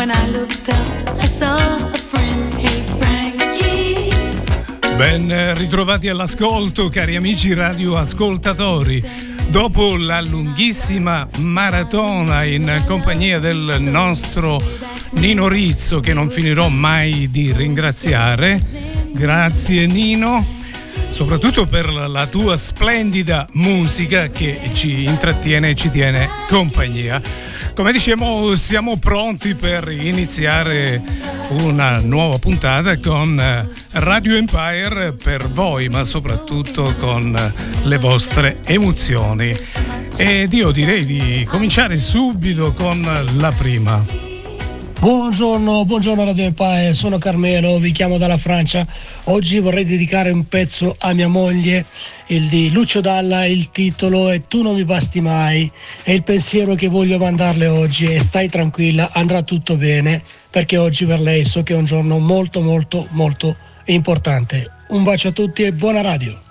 When I looked up, I saw a friend. Hey Frankie. Ben ritrovati all'ascolto, cari amici radioascoltatori. Dopo la lunghissima maratona in compagnia del nostro Nino Rizzo, che non finirò mai di ringraziare, grazie Nino, soprattutto per la tua splendida musica che ci intrattiene e ci tiene compagnia. Come dicevamo, siamo pronti per iniziare una nuova puntata con Radio Empire per voi, ma soprattutto con le vostre emozioni. Ed io direi di cominciare subito con la prima. Buongiorno Radio Empire, sono Carmelo, vi chiamo dalla Francia. Oggi vorrei dedicare un pezzo a mia moglie, il di Lucio Dalla, il titolo è Tu non mi basti mai. È il pensiero che voglio mandarle oggi e stai tranquilla, andrà tutto bene, perché oggi per lei so che è un giorno molto molto molto importante. Un bacio a tutti e buona radio.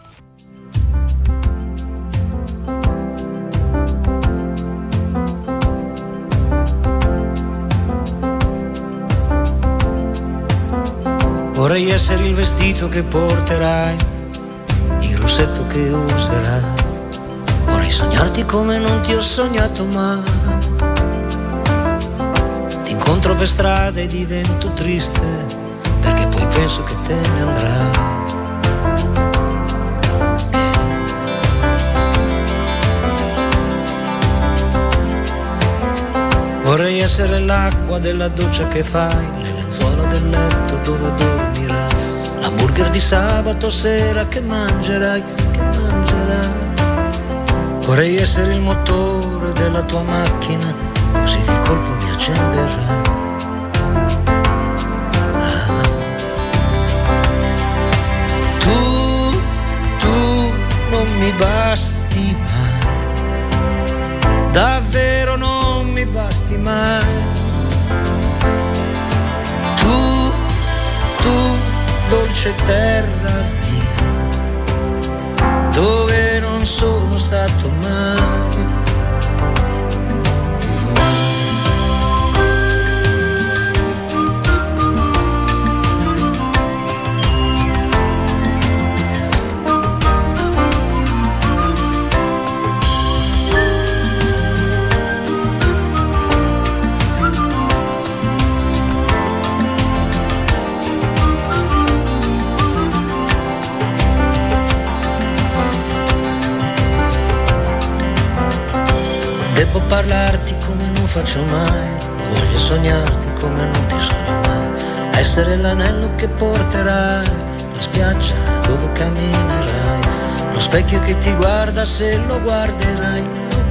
Vorrei essere il vestito che porterai, il rossetto che userai. Vorrei sognarti come non ti ho sognato mai. Ti incontro per strada e divento triste, perché poi penso che te ne andrai. Vorrei essere l'acqua della doccia che fai, le lenzuola del letto dove dormirai, l'hamburger di sabato sera che mangerai. Vorrei essere il motore della tua macchina, così di colpo mi accenderai. Tu non mi basti mai, davvero non mi basti mai. Tu, dolce terra mia, dove non sono stato mai. Devo parlarti come non faccio mai, voglio sognarti come non ti sogno mai. Essere l'anello che porterai, la spiaggia dove camminerai, lo specchio che ti guarda se lo guarderai.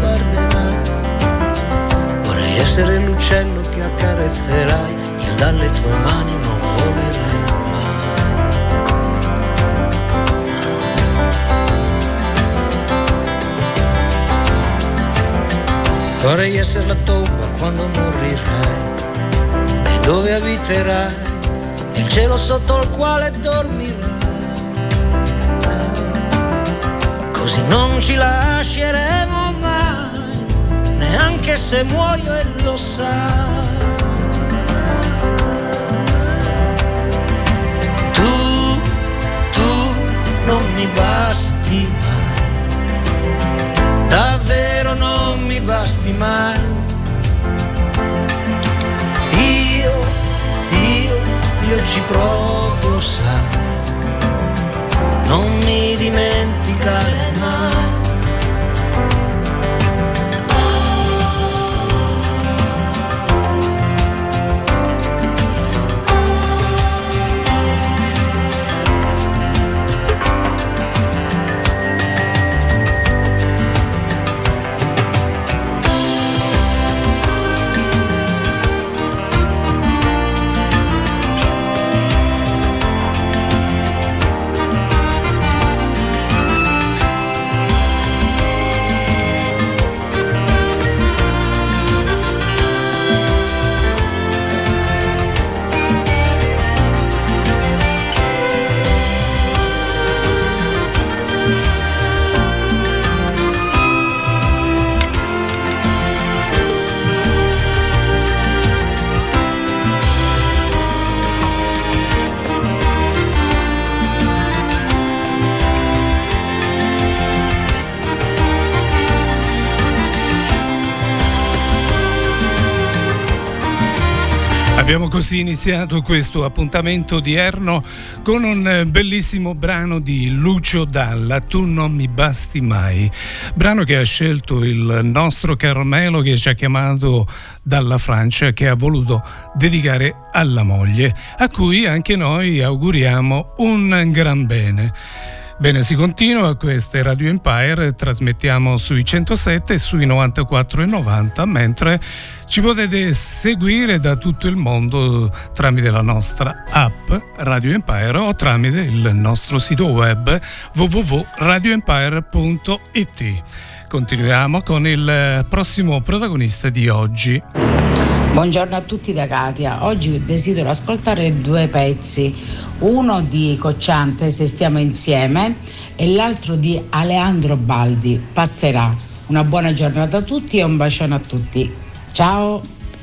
Vorrei essere l'uccello che accarezzerai, io dalle tue mani non volerei mai. Vorrei essere la tomba quando morirai e dove abiterai, il cielo sotto il quale dormirai. Così non ci lasceremo mai, neanche se muoio e lo sai. Tu non mi basti mai, davvero non mi basti mai. Io ci provo, sai, non mi dimenticare mai. Abbiamo così iniziato questo appuntamento odierno con un bellissimo brano di Lucio Dalla, Tu non mi basti mai, brano che ha scelto il nostro Carmelo, che ci ha chiamato dalla Francia, che ha voluto dedicare alla moglie, a cui anche noi auguriamo un gran bene. Bene, si continua, questa è Radio Empire, trasmettiamo sui 107 e sui 94 e 90, mentre ci potete seguire da tutto il mondo tramite la nostra app Radio Empire o tramite il nostro sito web www.radioempire.it. Continuiamo con il prossimo protagonista di oggi. Buongiorno a tutti da Katia. Oggi desidero ascoltare due pezzi, uno di Cocciante, Se stiamo insieme, e l'altro di Aleandro Baldi, Passerà. Una buona giornata a tutti e un bacione a tutti. Ciao!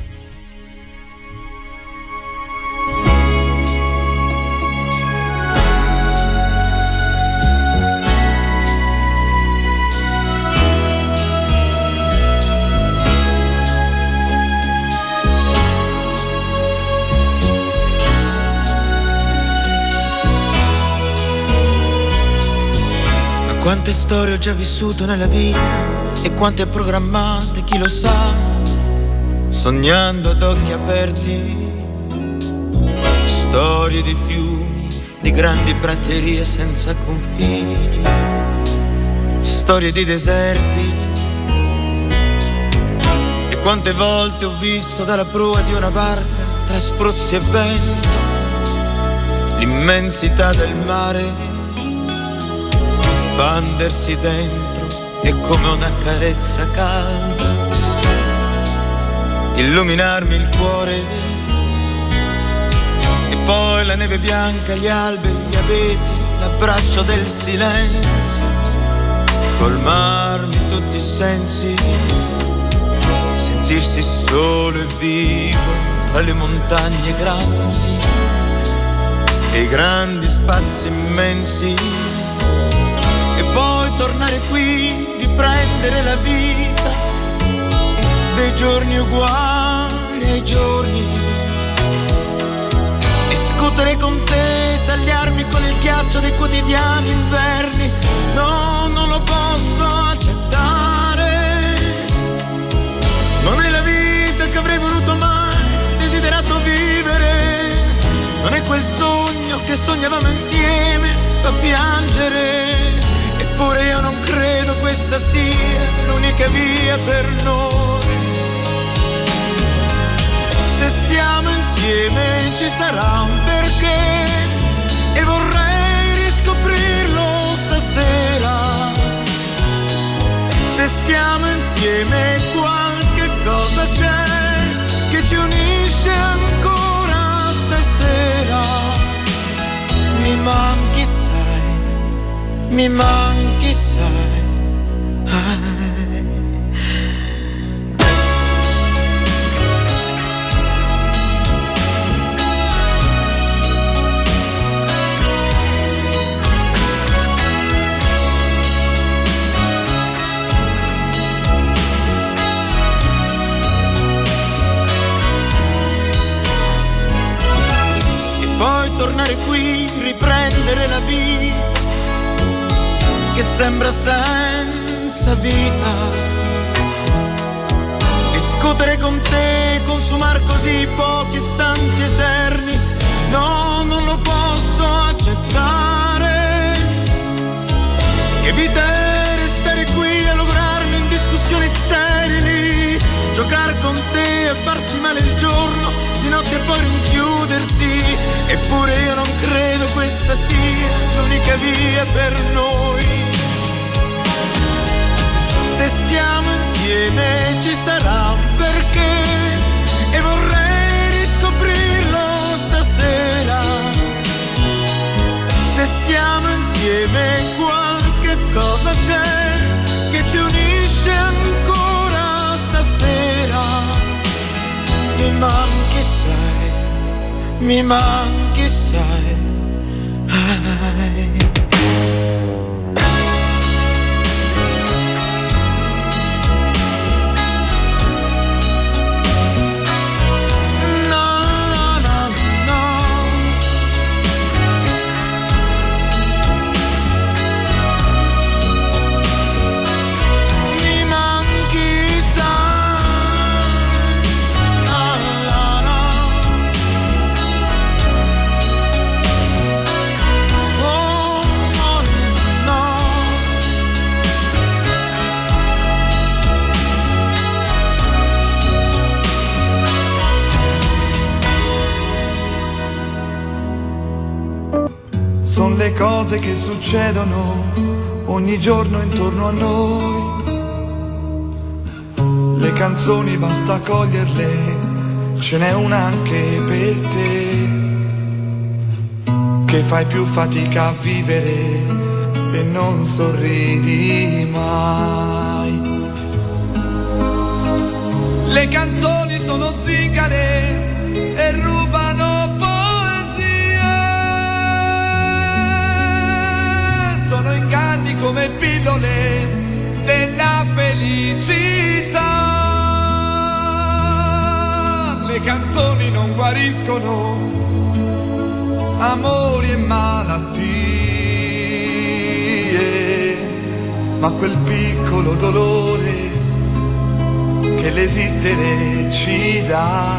Quante storie ho già vissuto nella vita e quante programmate, chi lo sa, sognando ad occhi aperti. Storie di fiumi, di grandi praterie senza confini, storie di deserti. E quante volte ho visto dalla prua di una barca, tra spruzzi e vento, l'immensità del mare espandersi dentro e come una carezza calda illuminarmi il cuore, e poi la neve bianca, gli alberi, gli abeti, l'abbraccio del silenzio, colmarmi tutti i sensi, sentirsi solo e vivo tra le montagne grandi e i grandi spazi immensi. Poi tornare qui, riprendere la vita dei giorni uguali ai giorni, discutere con te, tagliarmi con il ghiaccio dei quotidiani inverni. No, non lo posso accettare, non è la vita che avrei voluto mai, desiderato vivere, non è quel sogno che sognavamo insieme, fa piangere. Eppure io non credo questa sia l'unica via per noi. Se stiamo insieme ci sarà un perché e vorrei riscoprirlo stasera. Se stiamo insieme qualche cosa c'è che ci unisce ancora stasera. Mi manchi, mi manchi, sai. E poi tornare qui, riprendere la vita che sembra senza vita, discutere con te, consumar così pochi istanti eterni. No, non lo posso accettare. Che vita è restare qui a lograrmi in discussioni sterili, giocare con te e farsi male il giorno, di notte poi rinchiudersi. Eppure io non credo questa sia l'unica via per noi. Se stiamo insieme ci sarà un perché e vorrei riscoprirlo stasera. Se stiamo insieme qualche cosa c'è che ci unisce ancora stasera. Mi manchi, sai, mi manchi, sai. No, no, le cose che succedono ogni giorno intorno a noi. Le canzoni basta coglierle, ce n'è una anche per te, che fai più fatica a vivere e non sorridi mai. Le canzoni sono zingare e rubano poesia, sono inganni come pillole della felicità. Le canzoni non guariscono amori e malattie, ma quel piccolo dolore che l'esistere ci dà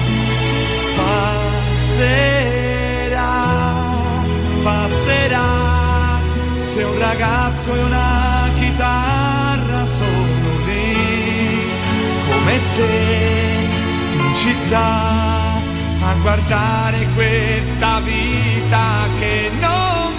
passerà, se un ragazzo e una chitarra sono lì come te in città a guardare questa vita che non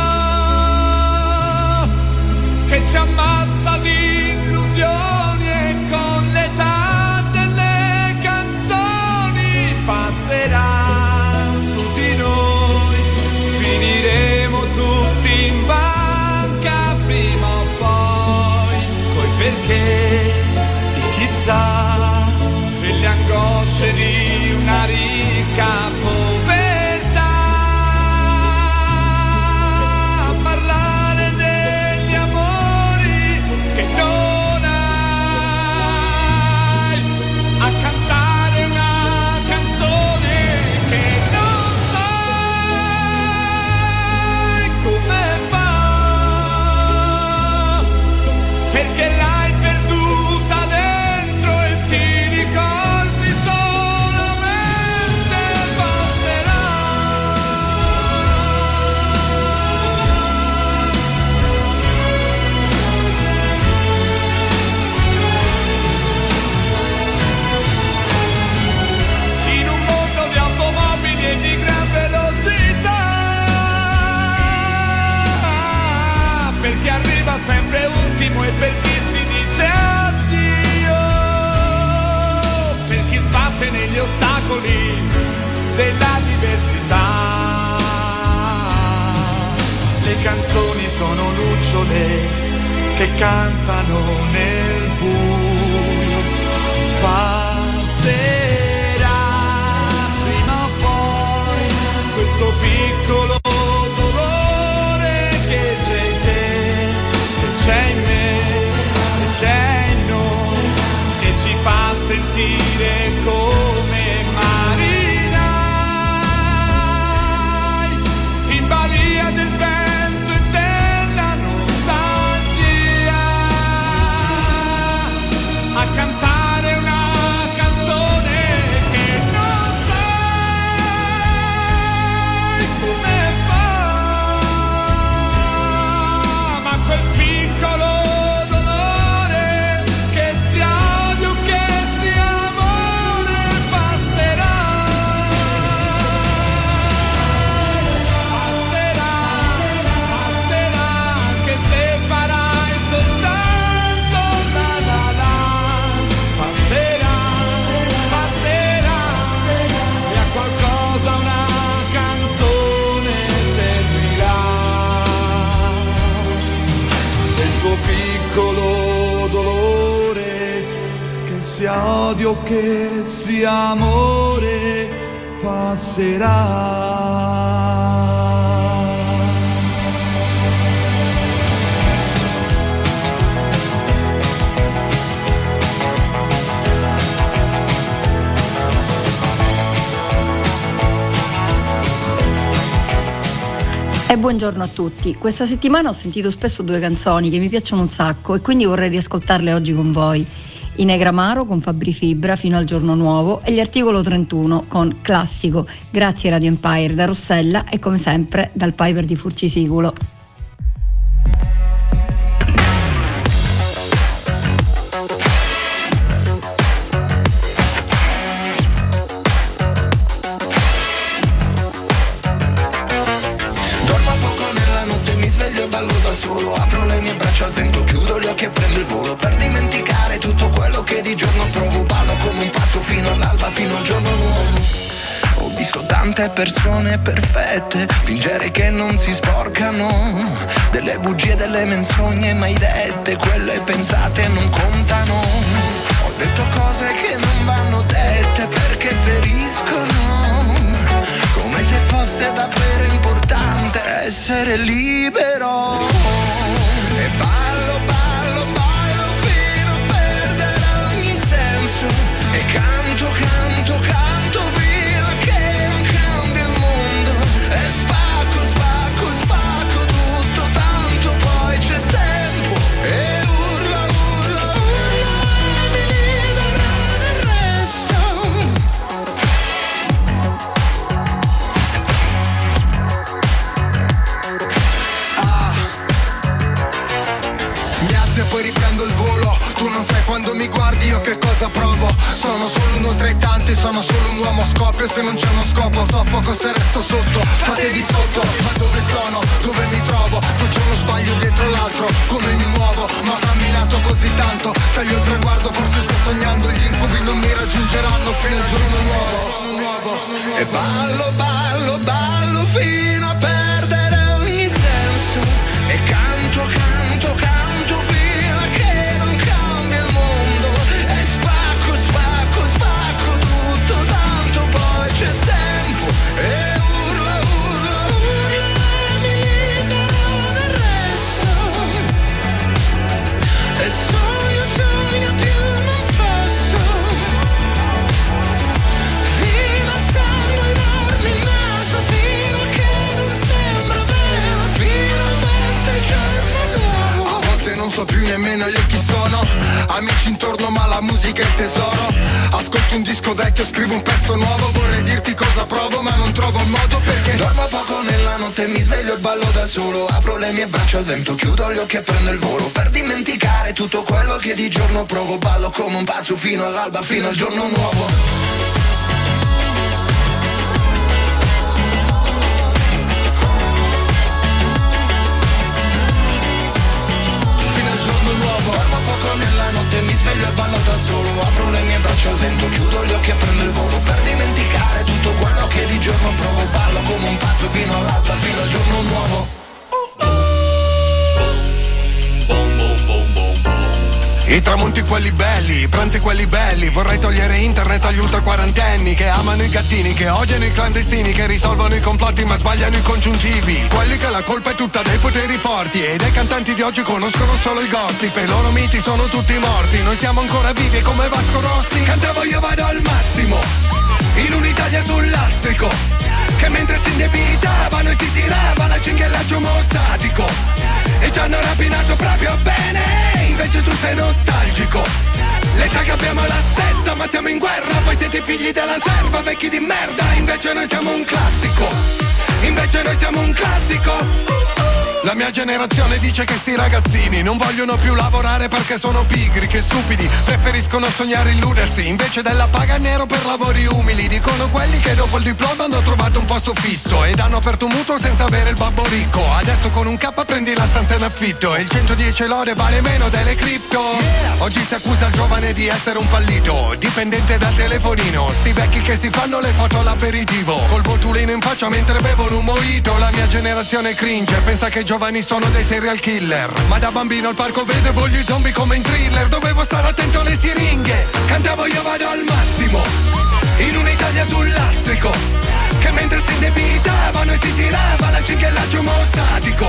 va, che ci ammazza di illusioni e con l'età delle canzoni passerà su di noi, finiremo tutti in banca prima o poi, coi perché di chissà e le angosce di una ricca povertà, a parlare degli amori che non hai, a cantare una canzone che non sai come fa, perché l'hai perduta dentro e ti ricordi solamente passerà. In un mondo di automobili e di gran velocità, per chi arriva sempre ultimo e per chi si dice addio, per chi sbatte negli ostacoli della diversità. Le canzoni sono lucciole che cantano nel buio, passerà prima o poi questo piccolo dolore che c'è in te, che c'è in me, che c'è in noi e ci fa sentire come marinai in balia del vento e della nostalgia, a cantare una canzone che non sai come fa, ma quel piccolo dolore che sia odio, che sia amore passerà, anche se farai soltanto la la la, passerà, e a qualcosa una canzone servirà, se il tuo piccolo dolore, che sia odio, che sia amore, passerà. E buongiorno a tutti. Questa settimana ho sentito spesso due canzoni che mi piacciono un sacco e quindi vorrei riascoltarle oggi con voi. I Negramaro con Fabri Fibra, Fino al giorno nuovo, e gli Articolo 31 con Classico. Grazie Radio Empire da Rossella e come sempre dal Piper di Furcisiculo. Dormo poco solo, apro le mie braccia al vento, chiudo gli occhi e prendo il volo per dimenticare tutto quello che di giorno provo. Ballo come un pazzo fino all'alba, fino al giorno nuovo. Ho visto tante persone perfette fingere che non si sporcano, delle bugie, delle menzogne mai dette, quelle pensate non contano. Ho detto cose che non vanno dette perché feriscono, come se fosse davvero importante essere libero. E ballo, ballo, ballo fino a perdere ogni senso, e canto, canto, canto fino a che non cambia il mondo, e spacco, spacco, spacco tutto, tanto poi c'è tempo, e urla, urla, urla, mi libera del resto. Mi alzo e poi riprendo il volo, tu non sai quando mi guardi io che cosa provo. Sono solo uno tra i tanti, sono solo un uomo, scoppio se non c'è uno scopo, soffoco se resto sotto, fatevi sotto. Ma dove sono? Dove mi trovo? Faccio uno sbaglio dietro l'altro, come mi muovo? Ma ho camminato così tanto, taglio il traguardo, forse sto sognando, gli incubi non mi raggiungeranno fino al giorno nuovo. E ballo, ballo, ballo fino a perdere ogni senso, e canto, canto, canto fino a che non cambia il mondo, e spacco, spacco, spacco tutto, tanto poi c'è tempo, e urla, urla, urla, mi libero del resto, e sogno, sogno più non posso, fino a sangue enorme il naso, fino a che non sembra vero, finalmente il giorno nuovo. A volte non so più nemmeno io chi sono, amici intorno ma la musica è il tesoro. Ascolto un disco vecchio, scrivo un pezzo nuovo, vorrei dirti cosa provo ma non trovo un modo perché dormo poco nella notte, mi sveglio e ballo da solo, apro le mie braccia al vento, chiudo gli occhi e prendo il volo per dimenticare tutto quello che di giorno provo. Ballo come un pazzo fino all'alba, fino al giorno nuovo. Nella notte mi sveglio e ballo da solo, apro le mie braccia al vento, chiudo gli occhi e prendo il volo per dimenticare tutto quello che di giorno provo. Ballo come un pazzo fino all'alba, fino al giorno nuovo. I tramonti quelli belli, i pranzi quelli belli, vorrei togliere internet agli ultra quarantenni che amano i gattini, che odiano i clandestini, che risolvono i complotti ma sbagliano i congiuntivi, quelli che la colpa è tutta dei poteri forti e dei cantanti di oggi conoscono solo il gossip e i loro miti sono tutti morti, noi siamo ancora vivi come Vasco Rossi. Cantavo io vado al massimo, in un'Italia sul lastrico, che mentre si indebitavano e si tirava la cinghiallaggio omostatico e ci hanno rapinato proprio bene, invece tu sei nostalgico. L'età che abbiamo è la stessa ma siamo in guerra, voi siete figli della serva, vecchi di merda, invece noi siamo un classico, invece noi siamo un classico. La mia generazione dice che sti ragazzini non vogliono più lavorare perché sono pigri, che stupidi, preferiscono sognare e illudersi invece della paga nero per lavori umili. Dicono quelli che dopo il diploma hanno trovato un posto fisso ed hanno aperto un mutuo senza avere il babbo ricco. Adesso con un K prendi la stanza in affitto e il 110 lode vale meno delle cripto. Oggi si accusa il giovane di essere un fallito, dipendente dal telefonino, sti vecchi che si fanno le foto all'aperitivo col botulino in faccia mentre bevono un mojito. La mia generazione cringe, pensa che i giovani sono dei serial killer, ma da bambino al parco vedevo gli zombie come in Thriller, dovevo stare attento alle siringhe. Cantavo io vado al massimo, in un'Italia sul lastrico, che mentre si indebitavano e si tirava la cinghiallaggio omostatico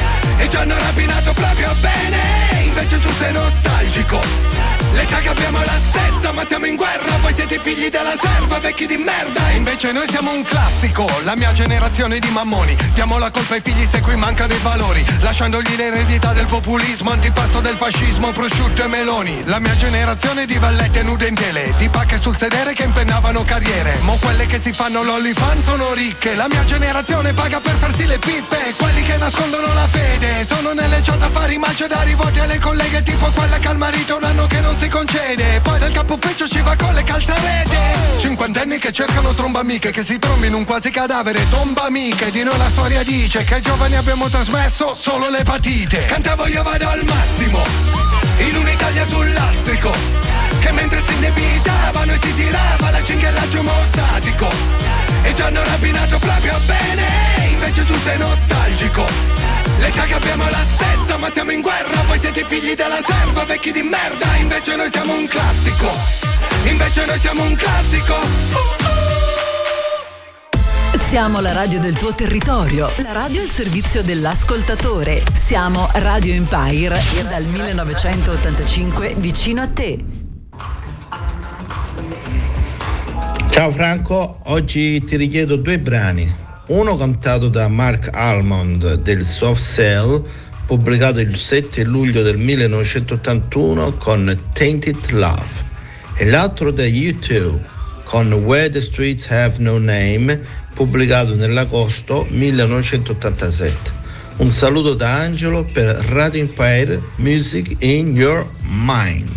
e ci hanno rapinato proprio bene, invece tu sei nostalgico. L'età che abbiamo è la stessa ma siamo in guerra, voi siete figli della serva, vecchi di merda, invece noi siamo un classico. La mia generazione di mammoni, diamo la colpa ai figli se qui mancano i valori, lasciandogli l'eredità del populismo, antipasto del fascismo, prosciutto e meloni. La mia generazione di vallette nude in tele, di pacche sul sedere che impennavano carriere, mo quelle che si fanno l'OnlyFans sono ricche. La mia generazione paga per farsi le pippe, quelli che nascondono la fede sono nelle chat a fare rimancio da rivoti alle colleghe, tipo quella che al marito un anno che non si concede. Poi dal capo ufficio ci va con le calzarete. Cinquantenni che cercano tromba amiche, che si trombi in un quasi cadavere. Tomba amiche, di noi la storia dice che ai giovani abbiamo trasmesso solo le patite. Cantavo io vado al massimo, in un'Italia sul lastrico, che mentre si indebitavano e si tirava la cinghiallaggio omostatico. E ci hanno rapinato proprio bene, invece tu sei nostalgico. L'età che abbiamo è la stessa, ma siamo in guerra. Voi siete i figli della serva, vecchi di merda. Invece noi siamo un classico. Invece noi siamo un classico. Siamo la radio del tuo territorio, la radio al servizio dell'ascoltatore. Siamo Radio Empire e dal 1985 vicino a te. Ciao Franco, oggi ti richiedo 2 brani. Uno cantato da Mark Almond del Soft Cell, pubblicato il 7 luglio del 1981 con Tainted Love, e l'altro da U2 con Where the Streets Have No Name, pubblicato nell'agosto 1987. Un saluto da Angelo per Radio Empire, Music in Your Mind.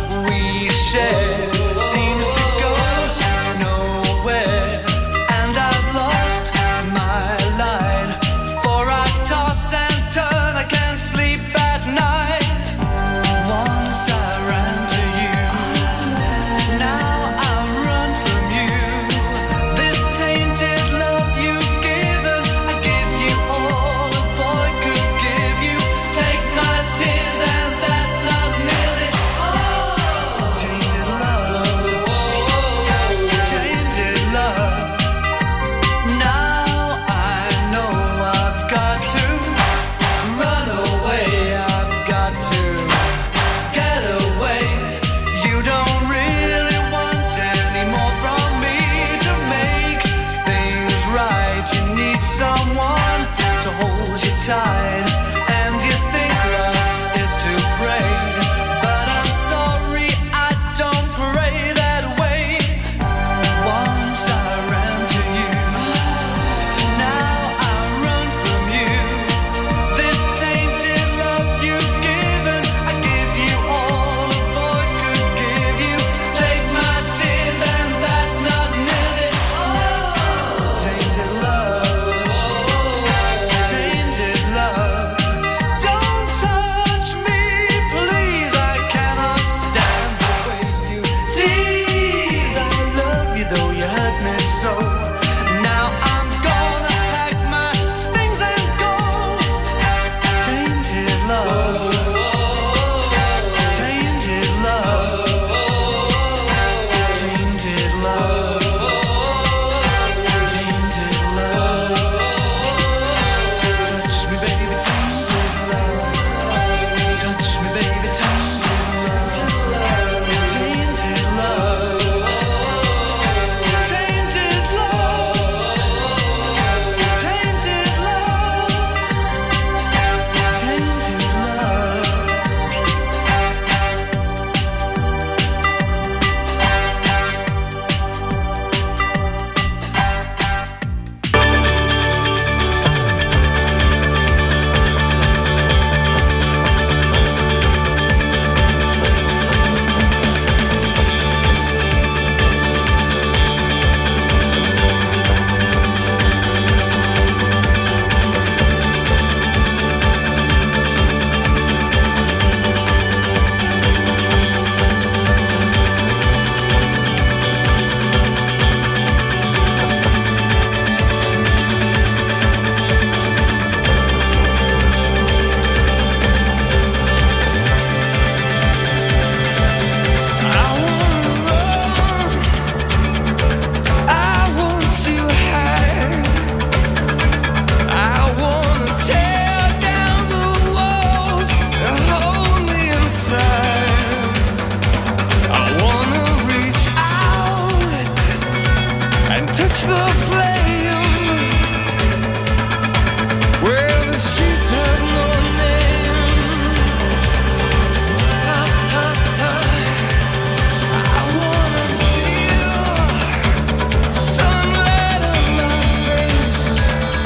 Seems to go nowhere, and I catch the flame. Well, the streets have no name. I wanna feel sunlight on my face.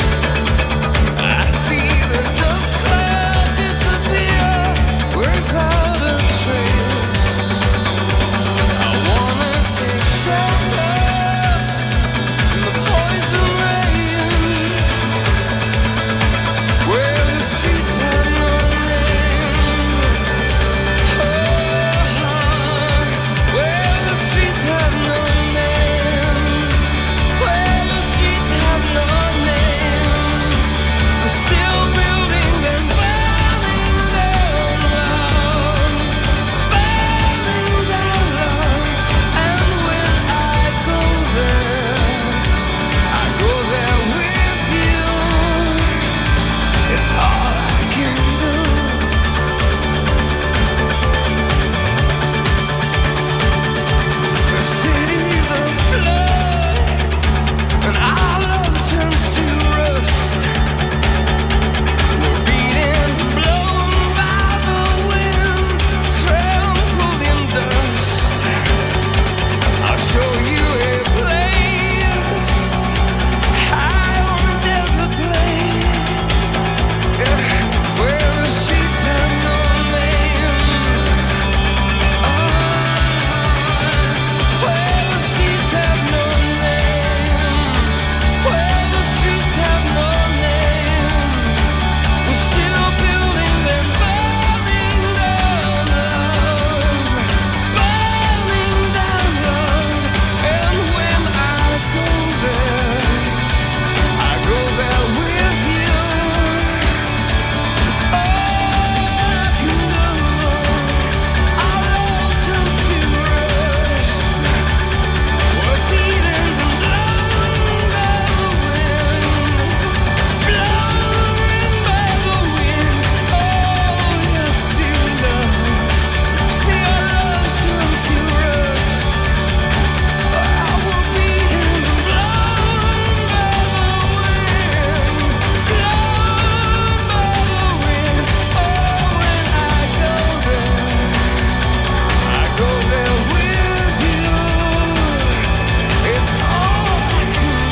I see the dust cloud disappear without a trace. I wanna take shelter in the poison rain. Where the streets have no name. Where the streets have no name. Where the streets have no name. We're still building and burning down love, burning down love. And when I go there with you. It's all I can do. The city's afloat, and our love turns to rust. We're beaten, blown by the wind, trampled in dust. I'll show you a place high on a desert plain, where the streets have no name. Where the streets have no name. Where the streets have no name. We're still building and burning down love, burning down love. And when I go there with you. It's all I can do. Our love turns to rust. We're beaten and blown by the wind, blown by the wind. Oh, yes, see love, see our love turn to rust. We're beaten and blown by the wind, blown by the wind. Oh, when I go there with you. It's all I can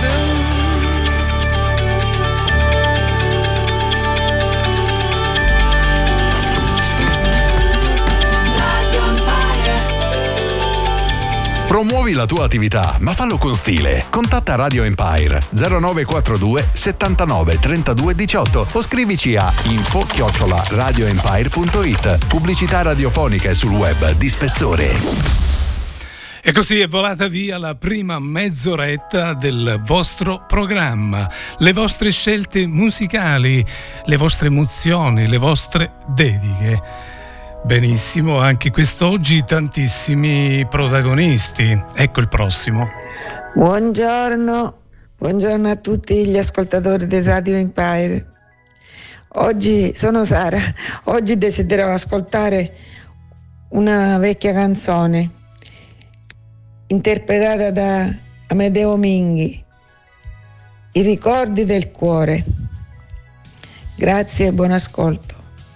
Promuovi la tua attività, ma fallo con stile. Contatta Radio Empire 0942 79 32 18 o scrivici a info@radioempire.it. Pubblicità radiofonica e sul web di spessore. E così è volata via la prima mezz'oretta del vostro programma, le vostre scelte musicali, le vostre emozioni, le vostre dediche. Benissimo, anche quest'oggi tantissimi protagonisti. Ecco il prossimo. Buongiorno a tutti gli ascoltatori di Radio Empire. Oggi sono Sara, oggi desidero ascoltare una vecchia canzone interpretata da Amedeo Minghi, I ricordi del cuore. Grazie e buon ascolto.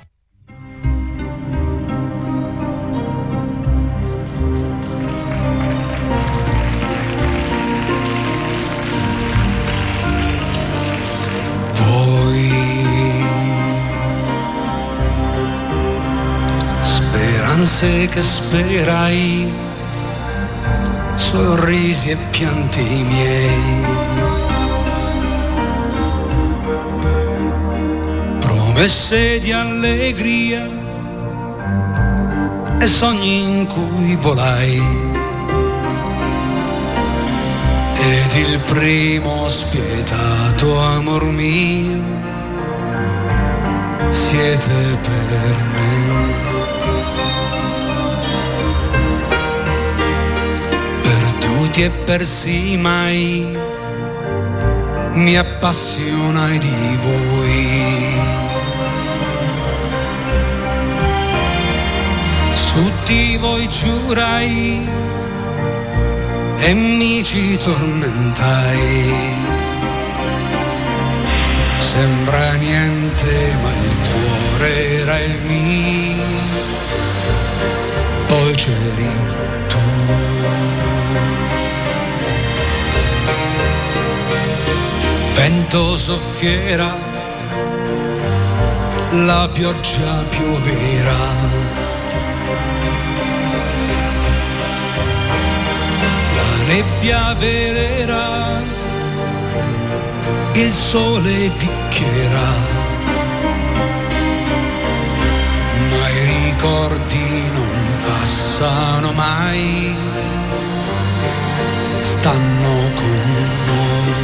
Speranze che sperai, sorrisi e pianti miei, promesse di allegria e sogni in cui volai, ed il primo spietato amor mio siete per me. E persi mai mi appassionai di voi. Su di voi giurai e mi ci tormentai. Sembra niente ma il cuore era il mio, poi c'eri tu. Vento soffiera, la pioggia piovera, la nebbia velera, il sole picchiera, ma i ricordi non passano mai, stanno con noi.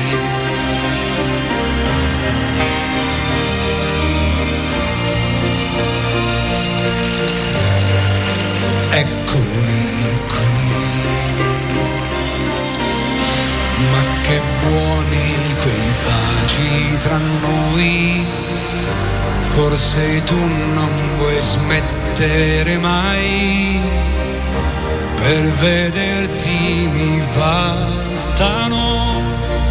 Eccoli qui, ma che buoni quei baci tra noi, forse tu non vuoi smettere mai, per vederti mi bastano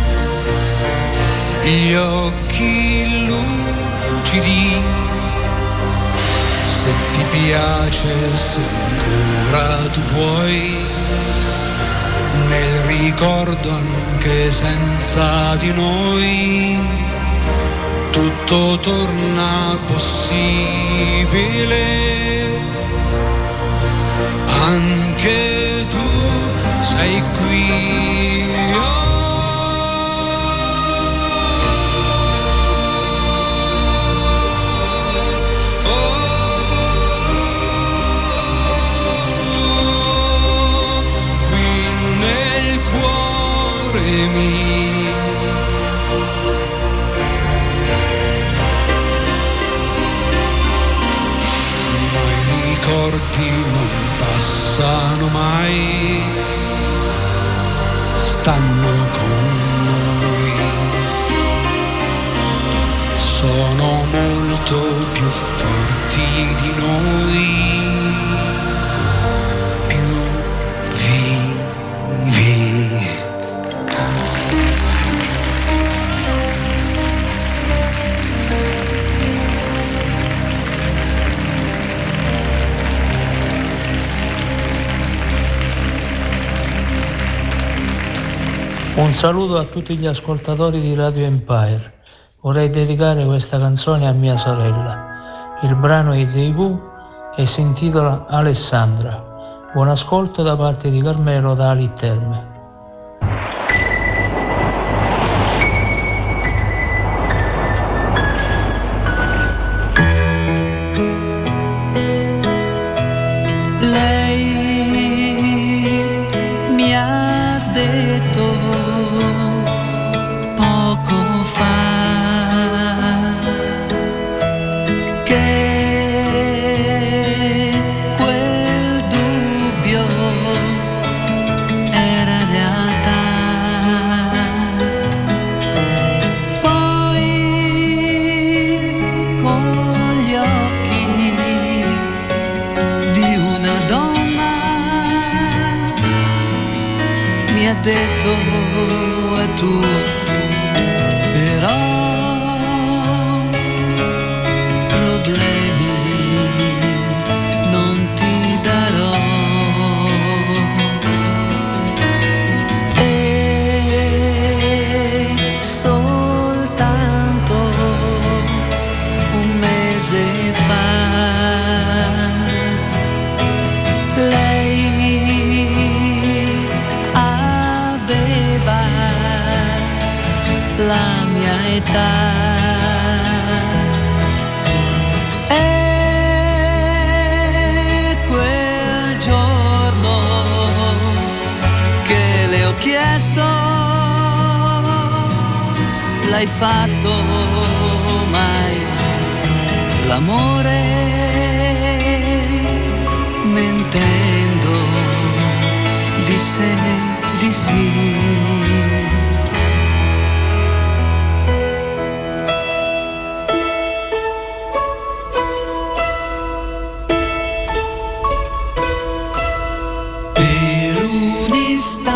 gli occhi lucidi, se ti piace, se ancora tu vuoi, nel ricordo anche senza di noi, tutto torna possibile, anche tu sei qui. Ricordi non passano mai, stanno con noi, sono molto più forti di noi, più vivi. Un saluto a tutti gli ascoltatori di Radio Empire. Vorrei dedicare questa canzone a mia sorella. Il brano è dei Who e si intitola Alessandra. Buon ascolto da parte di Carmelo da Ali Terme. detto e tu però problemi non ti darò e soltanto un mese fa la mia età e quel giorno che le ho chiesto l'hai fatto mai l'amore mentendo disse di sì.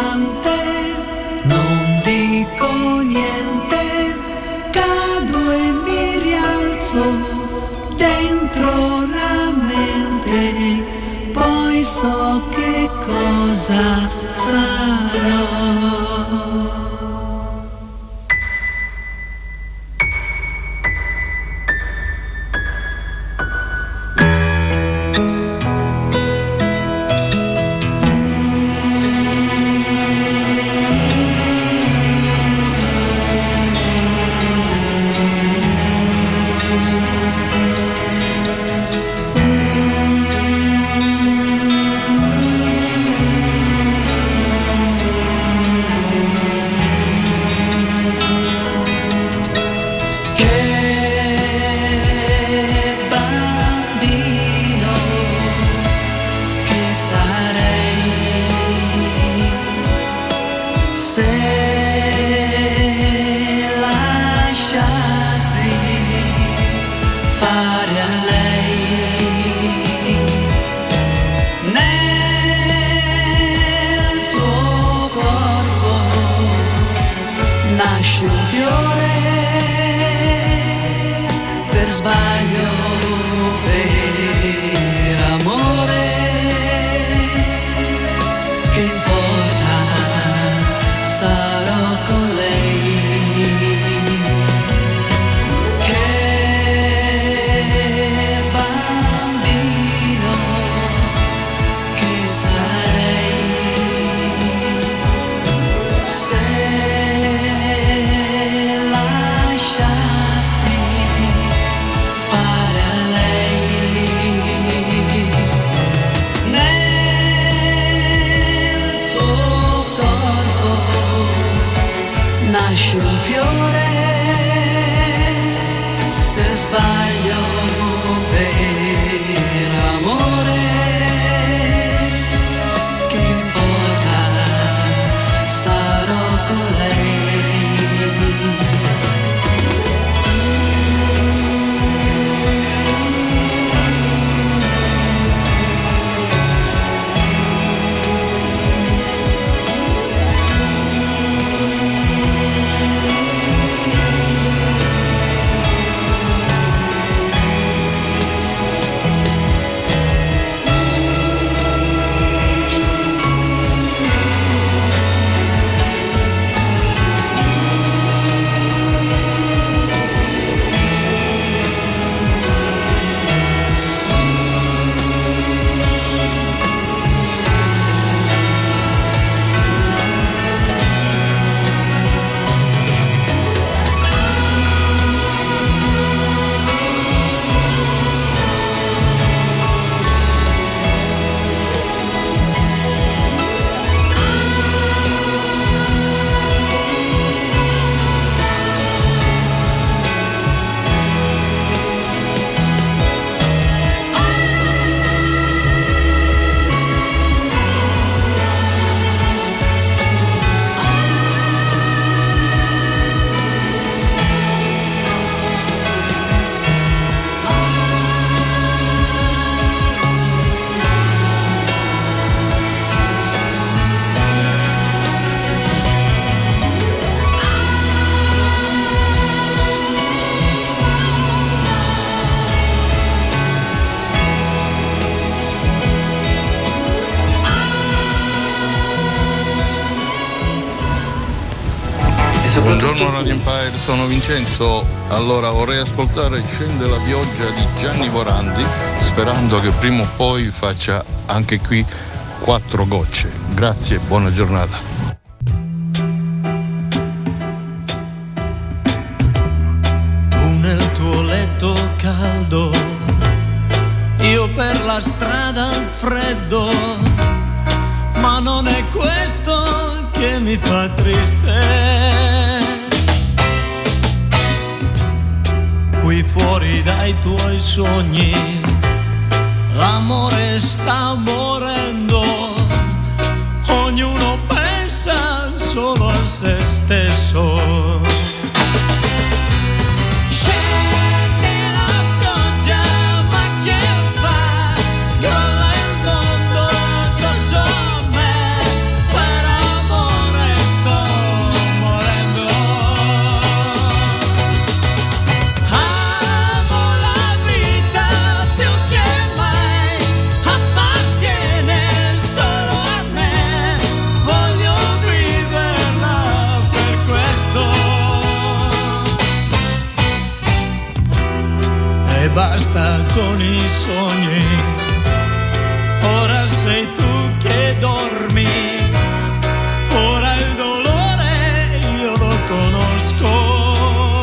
istante, non dico niente, cado e mi rialzo dentro la mente, poi so che cosa farò. Buongiorno Radio Empire, sono Vincenzo. Allora vorrei ascoltare Scende la pioggia di Gianni Morandi, sperando che prima o poi faccia anche qui 4 gocce. Grazie e buona giornata. Tu nel tuo letto caldo, io per la strada al freddo, ma non è questo che mi fa triste. Qui fuori dai tuoi sogni l'amore sta morendo, ognuno pensa solo a se stesso. Crolla il mondo addosso a me per amore. basta con i sogni. Ora sei tu che dormi, ora il dolore io lo conosco.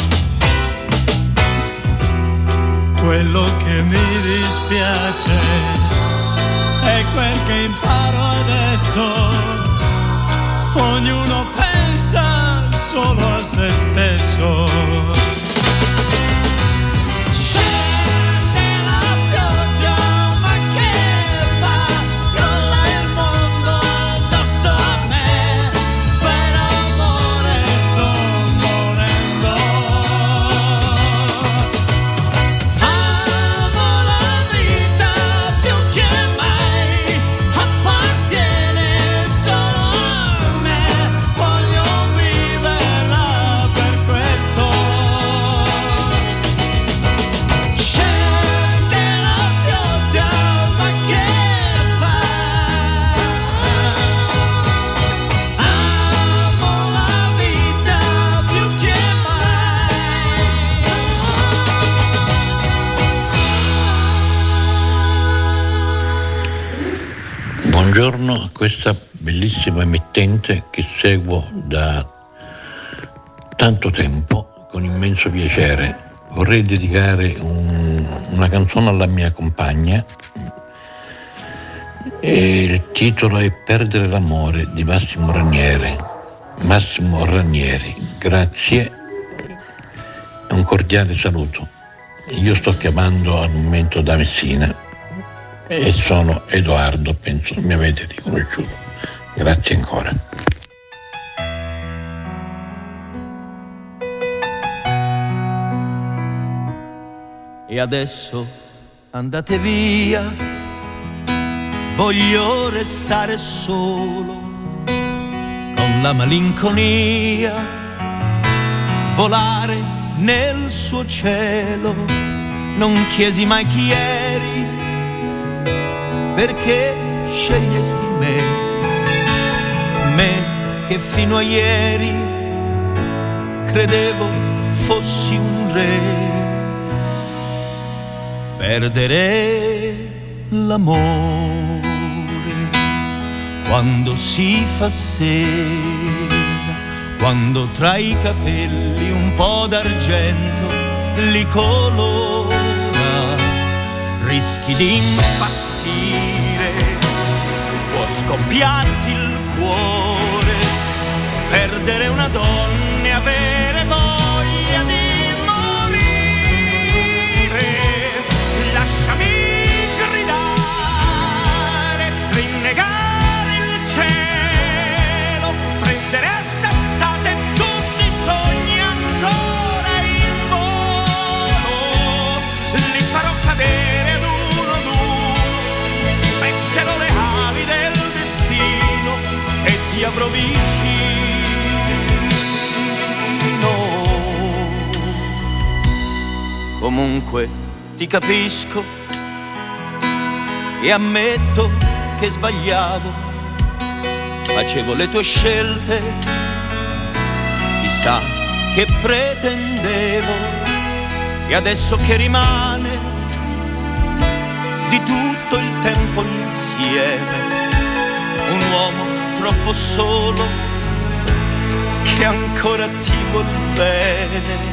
Quello che mi dispiace è quel che imparo adesso. Ognuno pensa solo a se stesso. Scende la pioggia, ma che fa? Crolla il mondo addosso a me. Per amore sto morendo. Amo la vita più che mai, appartiene solo a me. Voglio viverla per questo. Scende la pioggia, ma che fa? Amo la vita più che mai. Buongiorno a questa bellissima emittente che seguo da tanto tempo con immenso piacere. Vorrei dedicare una canzone alla mia compagna e il titolo è Perdere l'amore di Massimo Ranieri. Massimo Ranieri, grazie e un cordiale saluto. Io sto chiamando al momento da Messina e sono Edoardo, penso mi avete riconosciuto. Grazie ancora. E adesso andate via, voglio restare solo con la malinconia, volare nel suo cielo. Non chiesi mai chi eri, perché scegliesti me che fino a ieri credevo fossi un re. Perdere l'amore quando si fa sera, quando tra i capelli un po' d'argento li colora, rischi di impazzire, può scoppiarti il cuore, perdere una donna e avere voglia di rinnegare il cielo, prendere a sassate tutti i sogni ancora in volo, li farò cadere ad uno, spezzerò le ali del destino e ti avrò vicino. Comunque ti capisco e ammetto che sbagliavo, facevo le tue scelte, chissà che pretendevo, e adesso che rimane di tutto il tempo insieme, un uomo troppo solo che ancora ti vuol bene.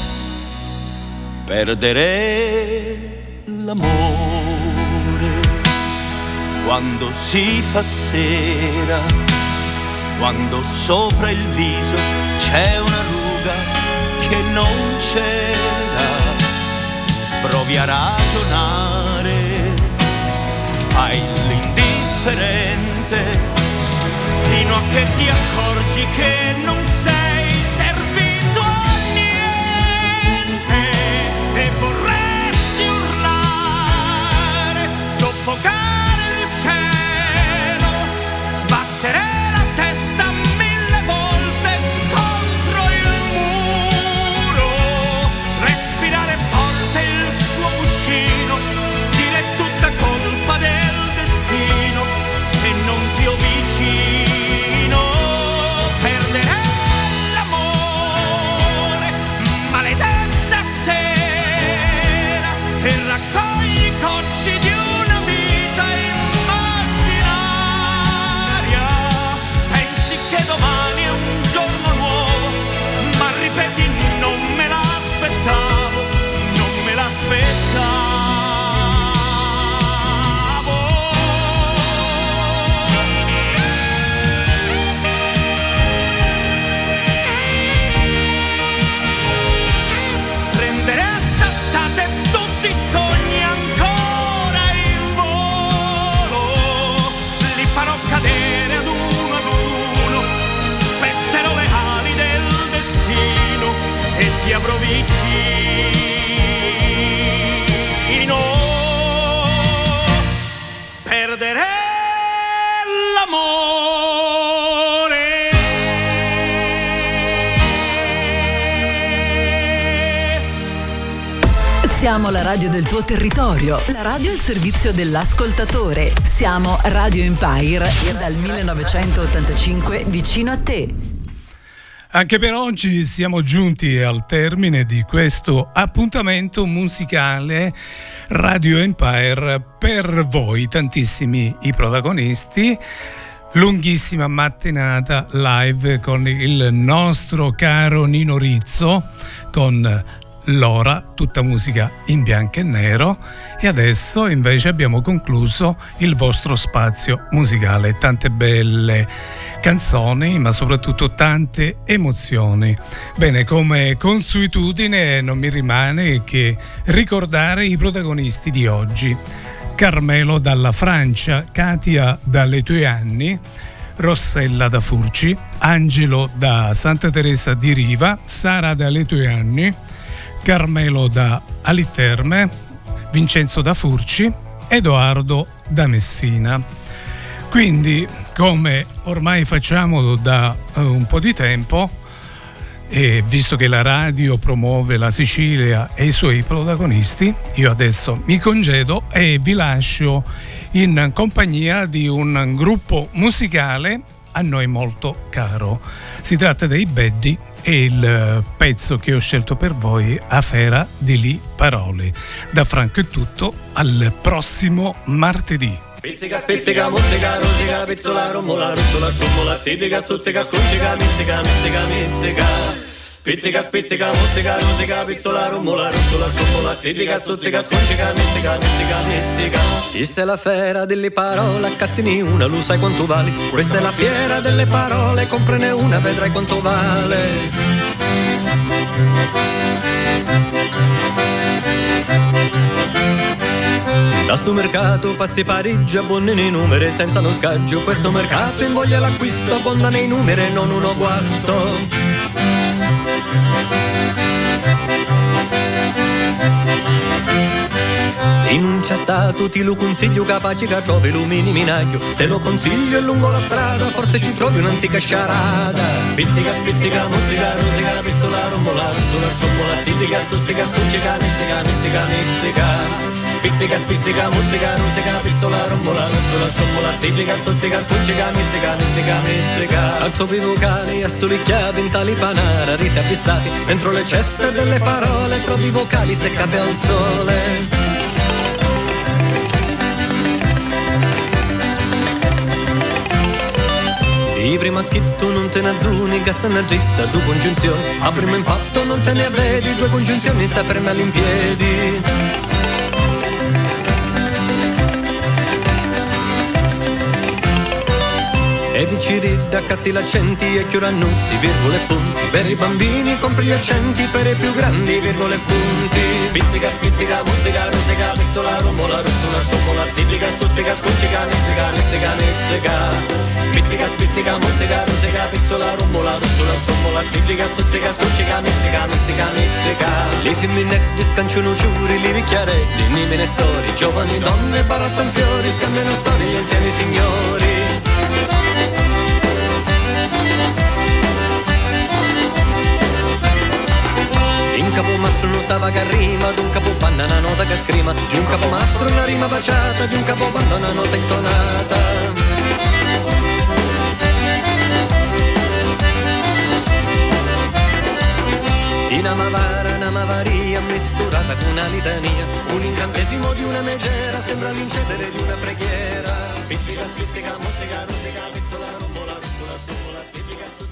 Perdere l'amore quando si fa sera, quando sopra il viso c'è una ruga che non c'era. Provi a ragionare, fai l'indifferente, fino a che ti accorgi che non sei servito a niente e vorresti urlare, soffocare cielo, sbattere la testa 1000 volte contro il muro, respirare forte il suo cuscino, dire tutta colpa del destino se non ti ho vicino. Per Siamo la radio del tuo territorio, la radio al servizio dell'ascoltatore. Siamo Radio Empire e dal 1985 vicino a te. Anche per oggi siamo giunti al termine di questo appuntamento musicale Radio Empire per voi, tantissimi i protagonisti. Lunghissima mattinata live con il nostro caro Nino Rizzo, con l'ora, tutta musica in bianco e nero, e adesso invece abbiamo concluso il vostro spazio musicale. Tante belle canzoni, ma soprattutto tante emozioni. Bene, come consuetudine non mi rimane che ricordare i protagonisti di oggi. Carmelo dalla Francia, Katia dalle Tue Anni, Rossella da Furci, Angelo da Santa Teresa di Riva, Sara dalle Tue Anni, Carmelo da Aliterme, Vincenzo da Furci, Edoardo da Messina. Quindi, come ormai facciamo da un po' di tempo, e visto che la radio promuove la Sicilia e i suoi protagonisti, io adesso mi congedo e vi lascio in compagnia di un gruppo musicale a noi molto caro. Si tratta dei Beddi e il pezzo che ho scelto per voi, Afera di Li Parole. Da Franco è tutto, al prossimo martedì. Pizzica, spizzica, mozzica, rosica, pizzola, rommola, russola, sciommola, ziddica, stuzzica, scuncica, mizzica, mizzica, mizzica. Pizzica, spizzica, mozzica, rosica, pizzola, rommola, russola, sciommola, ziddica, stuzzica, scuncica, mizzica, mizzica, mizzica. Questa è la fera delle parole, accattini una, lo sai quanto vale. Questa è la fiera delle parole, comprene una, vedrai quanto vale. Da sto mercato passi Parigi, abbonne nei numeri senza lo scaggio. Questo mercato invoglia l'acquisto, abbonda nei numeri, non uno guasto. Se non c'è stato ti lo consiglio, capace che trovi lumini minaglio. Te lo consiglio, è lungo la strada, forse ci trovi un'antica sciarada. Pizzica, spizzica, mozzica, rosica, pizzola, rommola, russola, sciommola, ziddica, stuzzica, stuccica, mizzica, mizzica, mizzica. Pizzica, spizzica, mozzica, rosica, pizzola, rommola, russola, sciommola, ziddica, stuzzica, stuccica, mizzica, mizzica, mizzica. A trovi vocali assolicchiati in tali panara, rite abissati dentro le ceste delle parole, trovi vocali seccate al sole. I prima che tu non te ne adduni, gasta una gitta, due congiunzioni. A primo impatto non te ne avvedi, due congiunzioni sta ferma all'impiedi. E dici ridda, accatti l'accenti e chiura annunzi, virgole e punti. Per i bambini compri gli accenti, per i più grandi virgole e punti. Pizzica, spizzica, mozzica, rosica, pizzola, rommola, russola, sciommola, ziddica, stuzzica, scuncica, mizzica, mizzica, mizzica. Pizzica, spizzica, mozzica, rosica, pizzola, rommola, russola, sciommola, ziddica, stuzzica, scuncica, mizzica, mizzica, mizzica. Le femminetti scanciano ciuri, li ricchiaretti, ni minestrori, giovani donne barattano fiori, scambiano storie gli anziani signori. In capo mastro notava che rima, d'un capo panna una nota che scrima, di un capo mastro una rima baciata, di un capo banda una nota intonata. In amavara, un'amavaria misturata con una litania, un incantesimo di una megera sembra l'incedere di una preghiera. Pizzica, spizzica, mozzica, rosica, pizzola, rommola, russola, sciommola, ziddica.